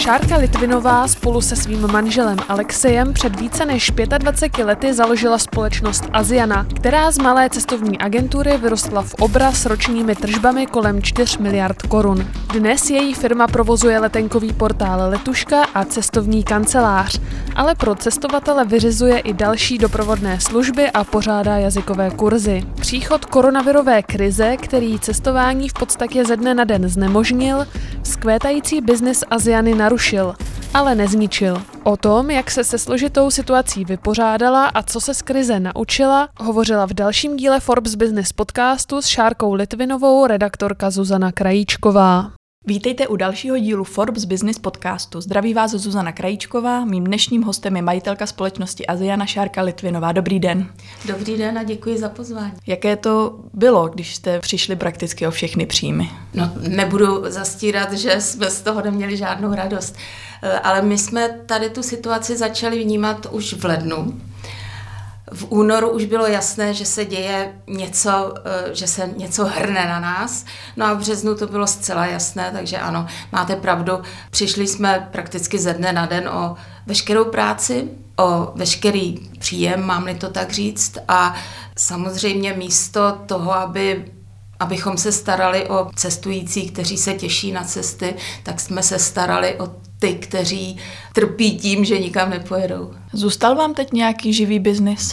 Šárka Litvinová spolu se svým manželem Alexejem před více než 25 lety založila společnost Asiana, která z malé cestovní agentury vyrostla v obrat s ročními tržbami kolem 4 miliard korun. Dnes její firma provozuje letenkový portál Letuška a cestovní kancelář, ale pro cestovatele vyřizuje i další doprovodné služby a pořádá jazykové kurzy. Příchod koronavirové krize, který cestování v podstatě ze dne na den znemožnil, vzkvétající biznis Asiany narušil, ale nezničil. O tom, jak se složitou situací vypořádala a co se z krize naučila, hovořila v dalším díle Forbes Business podcastu s Šárkou Litvinovou redaktorka Zuzana Krajíčková. Vítejte u dalšího dílu Forbes Business podcastu. Zdraví vás Zuzana Krajíčková, mým dnešním hostem je majitelka společnosti Asiana Šárka Litvinová. Dobrý den. Dobrý den a děkuji za pozvání. Jaké to bylo, když jste přišli prakticky o všechny příjmy? No, nebudu zastírat, že jsme z toho neměli žádnou radost, ale my jsme tady tu situaci začali vnímat už v lednu. V únoru už bylo jasné, že se děje něco, že se něco hrne na nás. No a v březnu to bylo zcela jasné, takže ano, máte pravdu. Přišli jsme prakticky ze dne na den o veškerou práci, o veškerý příjem, mám-li to tak říct. A samozřejmě místo toho, abychom se starali o cestující, kteří se těší na cesty, tak jsme se starali o ty, kteří trpí tím, že nikam nepojedou. Zůstal vám teď nějaký živý biznis?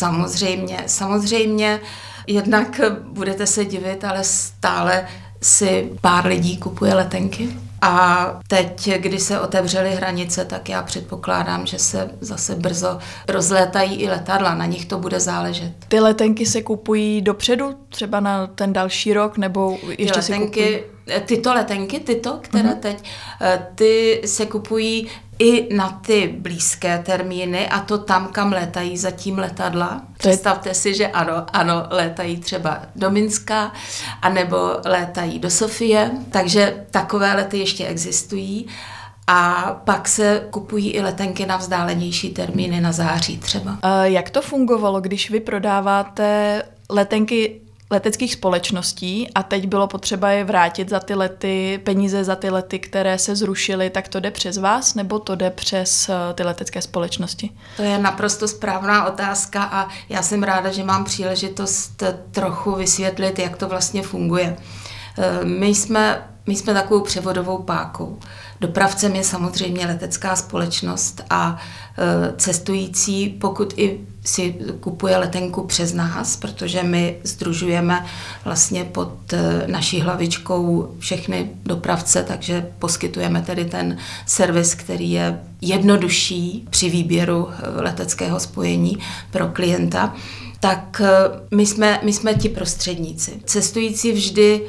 Samozřejmě. Jednak budete se divit, ale stále si pár lidí kupuje letenky. A teď, když se otevřely hranice, tak já předpokládám, že se zase brzo rozlétají i letadla, na nich to bude záležet. Ty letenky se kupují dopředu, třeba na ten další rok, nebo ještě se kupují? Tyto letenky, které teď, ty se kupují i na ty blízké termíny, a to tam, kam létají zatím letadla. Představte si, že ano, létají třeba do Minska, anebo létají do Sofie, takže takové lety ještě existují. A pak se kupují i letenky na vzdálenější termíny na září třeba. Jak to fungovalo, když vy prodáváte letenky leteckých společností a teď bylo potřeba je vrátit za ty lety, peníze za ty lety, které se zrušily, tak to jde přes vás, nebo to jde přes ty letecké společnosti? To je naprosto správná otázka a já jsem ráda, že mám příležitost trochu vysvětlit, jak to vlastně funguje. My jsme takovou převodovou pákou. Dopravcem je samozřejmě letecká společnost a cestující, pokud i si kupuje letenku přes nás, protože my sdružujeme vlastně pod naší hlavičkou všechny dopravce, takže poskytujeme tedy ten servis, který je jednodušší při výběru leteckého spojení pro klienta, tak my jsme ti prostředníci. Cestující vždy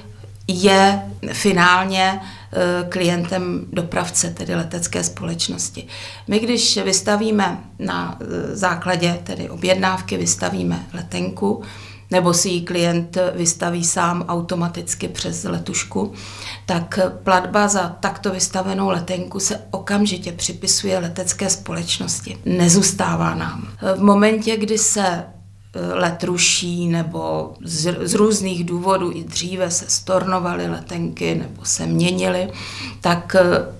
je finálně klientem dopravce, tedy letecké společnosti. My, když vystavíme na základě tedy objednávky, vystavíme letenku, nebo si ji klient vystaví sám automaticky přes letušku, tak platba za takto vystavenou letenku se okamžitě připisuje letecké společnosti. Nezůstává nám. V momentě, kdy se let ruší nebo z různých důvodů, i dříve se stornovaly letenky nebo se měnily, tak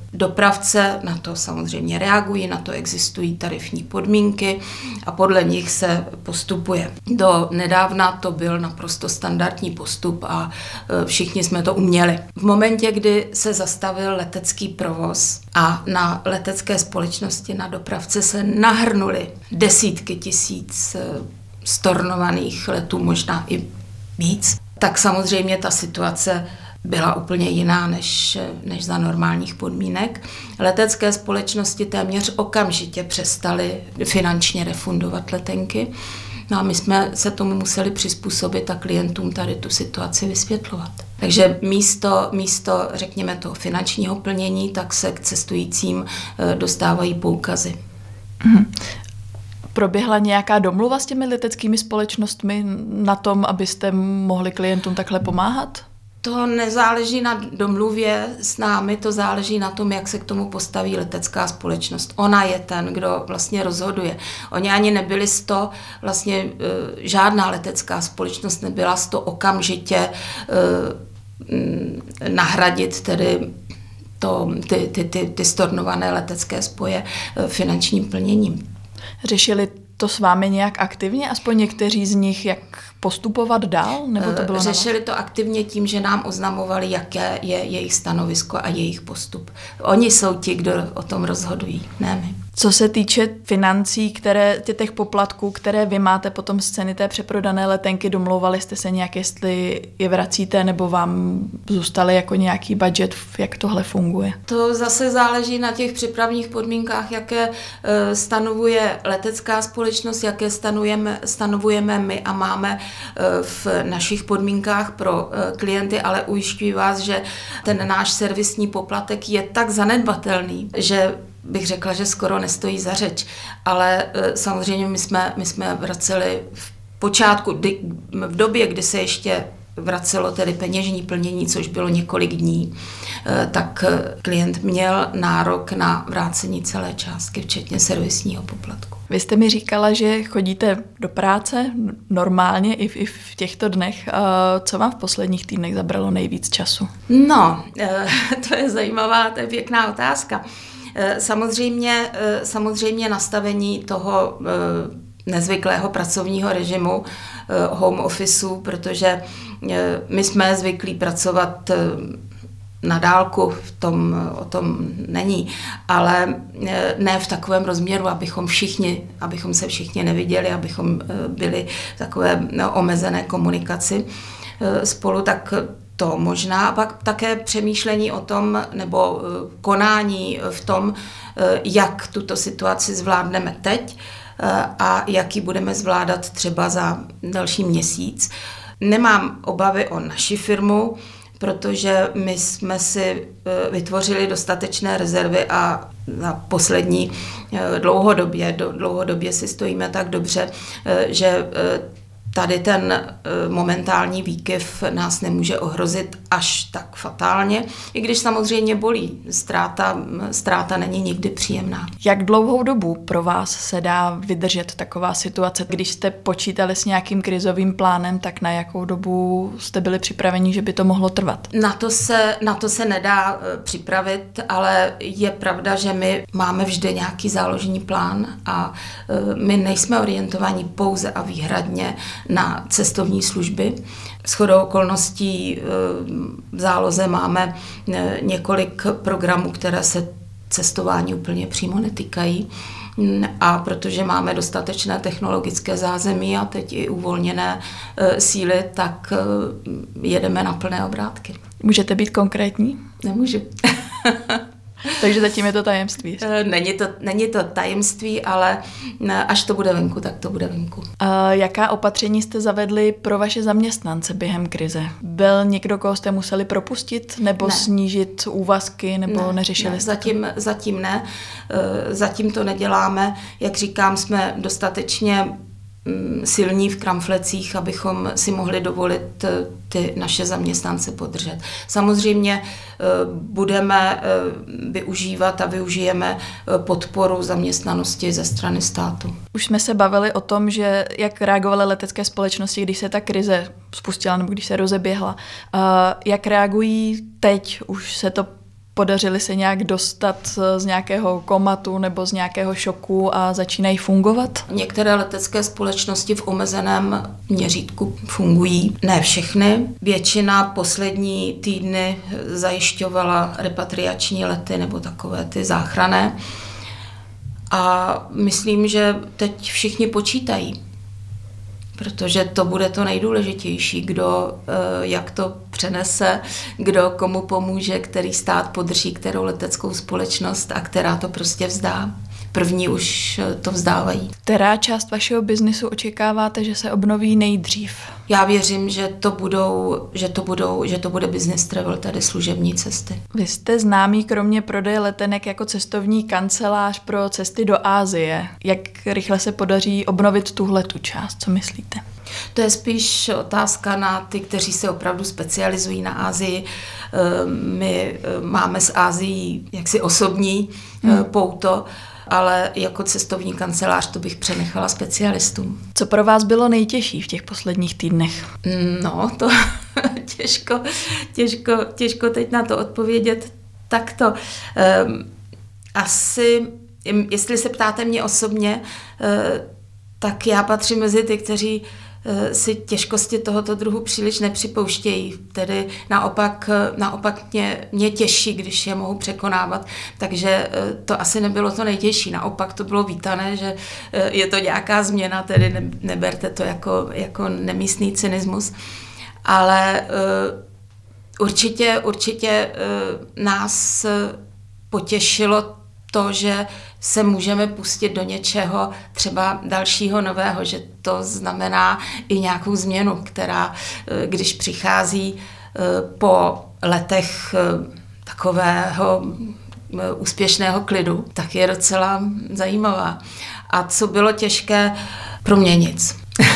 dopravce na to samozřejmě reagují, na to existují tarifní podmínky a podle nich se postupuje. Do nedávna to byl naprosto standardní postup a všichni jsme to uměli. V momentě, kdy se zastavil letecký provoz a na letecké společnosti, na dopravce se nahrnuly desítky tisíc stornovaných letů, možná i víc, tak samozřejmě ta situace byla úplně jiná než za normálních podmínek. Letecké společnosti téměř okamžitě přestaly finančně refundovat letenky. No a my jsme se tomu museli přizpůsobit a klientům tady tu situaci vysvětlovat. Takže místo řekněme toho finančního plnění, tak se k cestujícím dostávají poukazy. Proběhla nějaká domluva s těmi leteckými společnostmi na tom, abyste mohli klientům takhle pomáhat? To nezáleží na domluvě s námi, to záleží na tom, jak se k tomu postaví letecká společnost. Ona je ten, kdo vlastně rozhoduje. Oni ani nebyli vlastně žádná letecká společnost nebyla okamžitě nahradit tedy ty stornované letecké spoje finančním plněním. Řešili to s vámi nějak aktivně, aspoň někteří z nich, jak postupovat dál? Nebo to bylo Řešili to aktivně tím, že nám oznamovali, jaké je jejich stanovisko a jejich postup. Oni jsou ti, kdo o tom rozhodují, ne my. Co se týče financí, těch poplatků, které vy máte potom z ceny té přeprodané letenky, domlouvali jste se nějak, jestli je vracíte, nebo vám zůstaly jako nějaký budget, jak tohle funguje? To zase záleží na těch přepravních podmínkách, jaké stanovuje letecká společnost, jaké stanovujeme my a máme v našich podmínkách pro klienty, ale ujišťuji vás, že ten náš servisní poplatek je tak zanedbatelný, že bych řekla, že skoro nestojí za řeč, ale samozřejmě my jsme vraceli v počátku, v době, kdy se ještě vracelo tedy peněžní plnění, což bylo několik dní, tak klient měl nárok na vrácení celé částky, včetně servisního poplatku. Vy jste mi říkala, že chodíte do práce normálně i v těchto dnech. Co vám v posledních týdnech zabralo nejvíc času? No, to je zajímavá, to je pěkná otázka. Samozřejmě nastavení toho nezvyklého pracovního režimu, home officeu, protože my jsme zvyklí pracovat na dálku, o tom není, ale ne v takovém rozměru, abychom se všichni neviděli, abychom byli v takové omezené komunikaci spolu, tak to možná. A pak také přemýšlení o tom, nebo konání v tom, jak tuto situaci zvládneme teď a jak ji budeme zvládat třeba za další měsíc. Nemám obavy o naši firmu, protože my jsme si vytvořili dostatečné rezervy a na poslední dlouhodobě si stojíme tak dobře, že tady ten momentální výkyv nás nemůže ohrozit až tak fatálně, i když samozřejmě bolí. Ztráta není nikdy příjemná. Jak dlouhou dobu pro vás se dá vydržet taková situace? Když jste počítali s nějakým krizovým plánem, tak na jakou dobu jste byli připraveni, že by to mohlo trvat? Na to se nedá připravit, ale je pravda, že my máme vždy nějaký záložní plán a my nejsme orientovaní pouze a výhradně na cestovní služby. Shodou okolností v záloze máme několik programů, které se cestování úplně přímo netýkají. A protože máme dostatečné technologické zázemí a teď i uvolněné síly, tak jedeme na plné obrátky. Můžete být konkrétní? Nemůžu. Takže zatím je to tajemství. Není to tajemství, ale až to bude venku, tak to bude venku. Jaká opatření jste zavedli pro vaše zaměstnance během krize? Byl někdo, koho jste museli propustit nebo snížit úvazky, nebo neřešili jste to? Zatím ne. Zatím to neděláme. Jak říkám, jsme dostatečně silní v kramflecích, abychom si mohli dovolit ty naše zaměstnance podržet. Samozřejmě budeme využívat a využijeme podporu zaměstnanosti ze strany státu. Už jsme se bavili o tom, že jak reagovaly letecké společnosti, když se ta krize spustila nebo když se rozeběhla. Jak reagují teď? Už se to podařili se nějak dostat z nějakého komatu nebo z nějakého šoku a začínají fungovat? Některé letecké společnosti v omezeném měřítku fungují. Ne všechny. Většina poslední týdny zajišťovala repatriační lety nebo takové ty záchranné. A myslím, že teď všichni počítají. Protože to bude to nejdůležitější, kdo jak to přenese, kdo komu pomůže, který stát podrží, kterou leteckou společnost a která to prostě vzdá. První už to vzdávají. Která část vašeho biznisu očekáváte, že se obnoví nejdřív? Já věřím, že to bude business travel, tedy služební cesty. Vy jste známý kromě prodeje letenek jako cestovní kancelář pro cesty do Asie. Jak rychle se podaří obnovit tuhletu část? Co myslíte? To je spíš otázka na ty, kteří se opravdu specializují na Asii. My máme s Asií jaksi osobní pouto, ale jako cestovní kancelář to bych přenechala specialistům. Co pro vás bylo nejtěžší v těch posledních týdnech? No, to těžko teď na to odpovědět. Takto. Asi, jestli se ptáte mě osobně, tak já patřím mezi ty, kteří si těžkosti tohoto druhu příliš nepřipouštějí. Tedy naopak mě těší, když je mohu překonávat. Takže to asi nebylo to nejtěžší. Naopak to bylo vítané, že je to nějaká změna, tedy neberte to jako nemístný cynismus. Ale určitě nás potěšilo to, že se můžeme pustit do něčeho třeba dalšího nového, že to znamená i nějakou změnu, která, když přichází po letech takového úspěšného klidu, tak je docela zajímavá. A co bylo těžké, pro mě nic.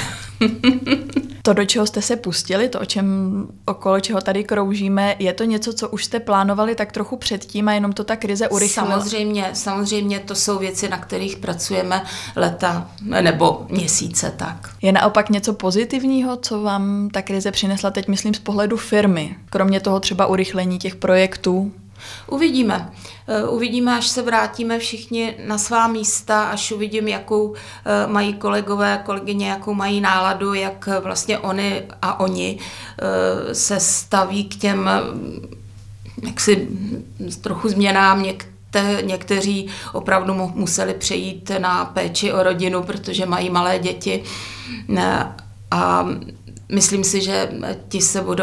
To, do čeho jste se pustili, to, okolo čeho tady kroužíme, je to něco, co už jste plánovali tak trochu předtím a jenom to ta krize urychlila? Samozřejmě to jsou věci, na kterých pracujeme leta nebo měsíce, tak. Je naopak něco pozitivního, co vám ta krize přinesla teď, myslím, z pohledu firmy? Kromě toho třeba urychlení těch projektů? Uvidíme, až se vrátíme všichni na svá místa, až uvidím, jakou mají kolegové, kolegyně, jakou mají náladu, jak vlastně oni se staví k těm jaksi trochu změnám. Někteří opravdu museli přejít na péči o rodinu, protože mají malé děti a myslím si, že ty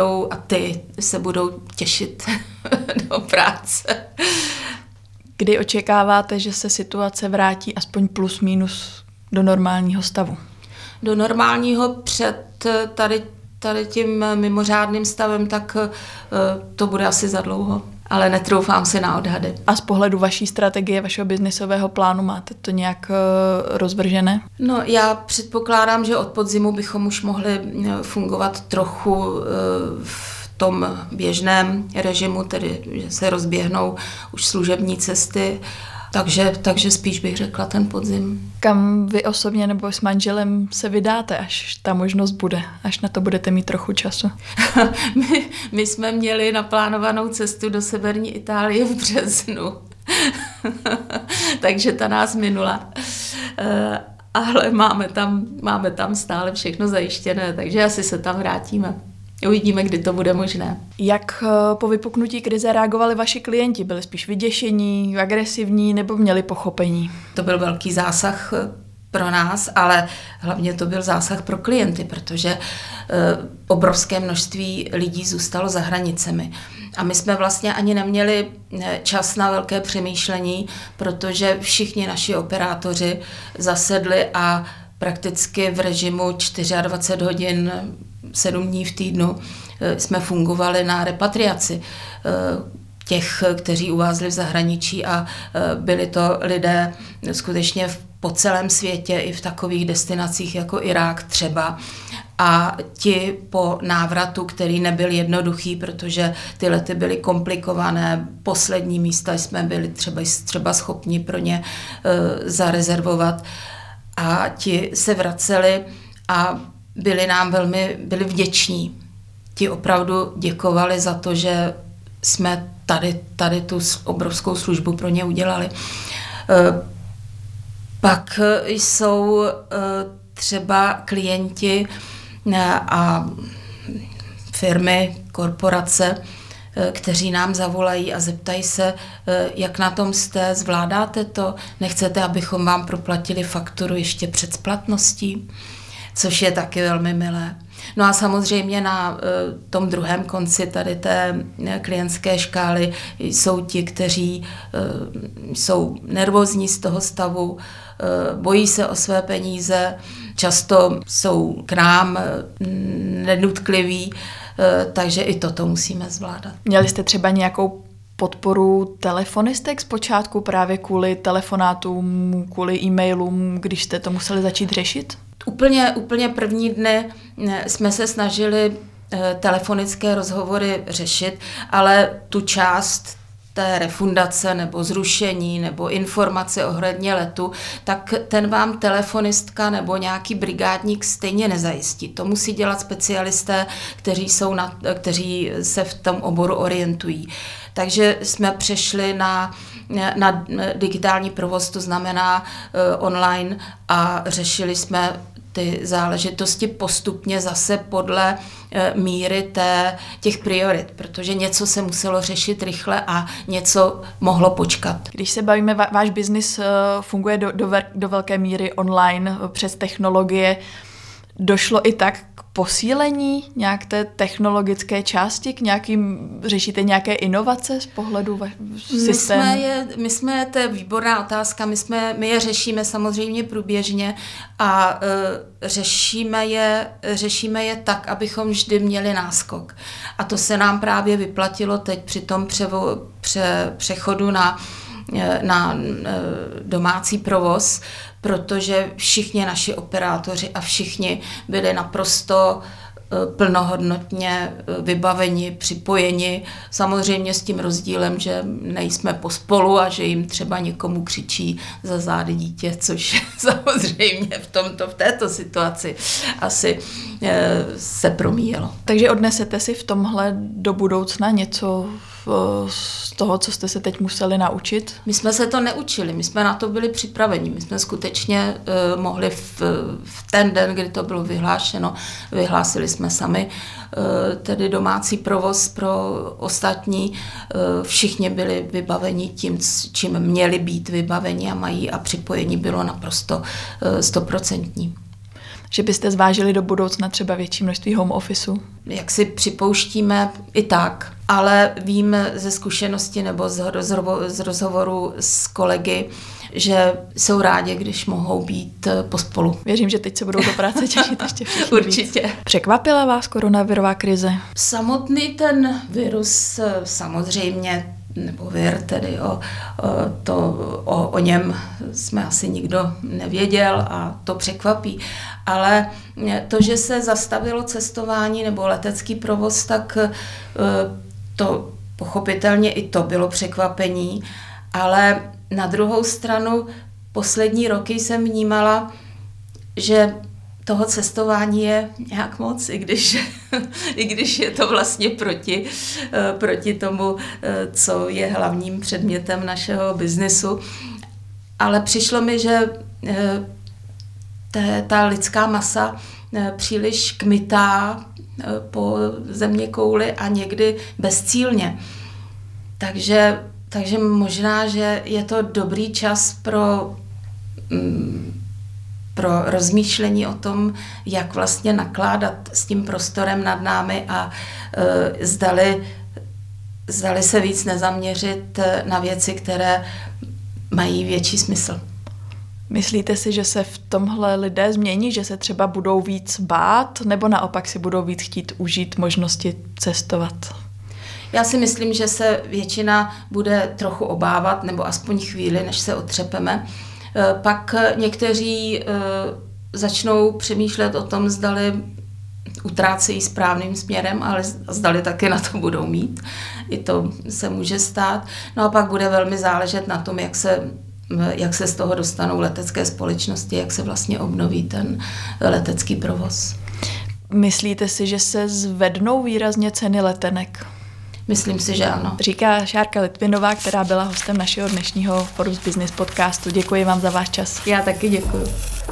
se budou těšit do práce. Kdy očekáváte, že se situace vrátí aspoň plus minus do normálního stavu? Do normálního před tady tím mimořádným stavem, tak to bude asi za dlouho. Ale netroufám si na odhady. A z pohledu vaší strategie, vašeho biznisového plánu máte to nějak rozvržené? No, já předpokládám, že od podzimu bychom už mohli fungovat trochu v tom běžném režimu, tedy že se rozběhnou už služební cesty, takže spíš bych řekla ten podzim. Kam vy osobně nebo s manželem se vydáte, až ta možnost bude, až na to budete mít trochu času? My jsme měli naplánovanou cestu do severní Itálie v březnu, takže ta nás minula. Ale máme tam stále všechno zajištěné, takže asi se tam vrátíme. Uvidíme, kdy to bude možné. Jak po vypuknutí krize reagovali vaši klienti? Byli spíš vyděšení, agresivní nebo měli pochopení? To byl velký zásah pro nás, ale hlavně to byl zásah pro klienty, protože obrovské množství lidí zůstalo za hranicemi. A my jsme vlastně ani neměli čas na velké přemýšlení, protože všichni naši operátoři zasedli a prakticky v režimu 24 hodin 7 dní v týdnu jsme fungovali na repatriaci těch, kteří uvázli v zahraničí a byli to lidé skutečně po celém světě i v takových destinacích jako Irák třeba. A ti po návratu, který nebyl jednoduchý, protože ty lety byly komplikované, poslední místa jsme byli třeba schopni pro ně zarezervovat a ti se vraceli a byli vděční. Ti opravdu děkovali za to, že jsme tady tu obrovskou službu pro ně udělali. Pak jsou třeba klienti a firmy, korporace, kteří nám zavolají a zeptají se, jak na tom jste, zvládáte to, nechcete, abychom vám proplatili fakturu ještě před splatností, což je taky velmi milé. No a samozřejmě na tom druhém konci tady té klientské škály jsou ti, kteří jsou nervózní z toho stavu, bojí se o své peníze, často jsou k nám nenutkliví, takže i toto musíme zvládat. Měli jste třeba nějakou podporu telefonistek zpočátku právě kvůli telefonátům, kvůli e-mailům, když jste to museli začít řešit? Úplně první dny jsme se snažili telefonické rozhovory řešit, ale tu část té refundace nebo zrušení nebo informace ohledně letu, tak ten vám telefonistka nebo nějaký brigádník stejně nezajistí. To musí dělat specialisté, kteří se v tom oboru orientují. Takže jsme přešli na digitální provoz, to znamená online, a řešili jsme ty záležitosti postupně zase podle míry těch priorit, protože něco se muselo řešit rychle a něco mohlo počkat. Když se bavíme, váš biznis funguje do velké míry online přes technologie. Došlo i tak k posílení nějak té technologické části, řešíte nějaké inovace z pohledu systému? To je výborná otázka, my je řešíme samozřejmě průběžně a řešíme je tak, abychom vždy měli náskok. A to se nám právě vyplatilo teď při tom přechodu na domácí provoz, protože všichni naši operátoři a všichni byli naprosto plnohodnotně vybaveni, připojeni, samozřejmě s tím rozdílem, že nejsme pospolu a že jim třeba někomu křičí za zády dítě, což samozřejmě v této situaci asi se promíjelo. Takže odnesete si v tomhle do budoucna něco z toho, co jste se teď museli naučit? My jsme se to neučili, my jsme na to byli připraveni. My jsme skutečně mohli v ten den, kdy to bylo vyhlášeno, vyhlásili jsme sami tedy domácí provoz pro ostatní. Všichni byli vybaveni tím, čím měli být vybaveni a mají, a připojení bylo naprosto 100%. Že byste zvážili do budoucna třeba větší množství home officeu? Jak si připouštíme i tak, ale vím ze zkušenosti nebo z rozhovoru s kolegy, že jsou rádi, když mohou být pospolu. Věřím, že teď se budou do práce těšit ještě všichni. Určitě. Víc. Překvapila vás koronavirová krize? Samotný ten virus samozřejmě, nebo vir tedy, o něm jsme asi nikdo nevěděl a to překvapí. Ale to, že se zastavilo cestování nebo letecký provoz, tak to pochopitelně i to bylo překvapení, ale na druhou stranu poslední roky jsem vnímala, že toho cestování je nějak moc, i když je to vlastně proti tomu, co je hlavním předmětem našeho biznesu. Ale přišlo mi, že ta lidská masa příliš kmitá po zeměkouli a někdy bezcílně. Takže možná, že je to dobrý čas pro rozmýšlení o tom, jak vlastně nakládat s tím prostorem nad námi a zdali se víc nezaměřit na věci, které mají větší smysl. Myslíte si, že se v tomhle lidé změní, že se třeba budou víc bát, nebo naopak si budou víc chtít užít možnosti cestovat? Já si myslím, že se většina bude trochu obávat, nebo aspoň chvíli, než se otřepeme. Pak někteří začnou přemýšlet o tom, zdali utrácejí správným směrem, ale zdali taky na to budou mít. I to se může stát. No a pak bude velmi záležet na tom, jak se z toho dostanou letecké společnosti, jak se vlastně obnoví ten letecký provoz. Myslíte si, že se zvednou výrazně ceny letenek? Myslím si, že ano. Říká Šárka Litvinová, která byla hostem našeho dnešního Forbes Business podcastu. Děkuji vám za váš čas. Já taky děkuji.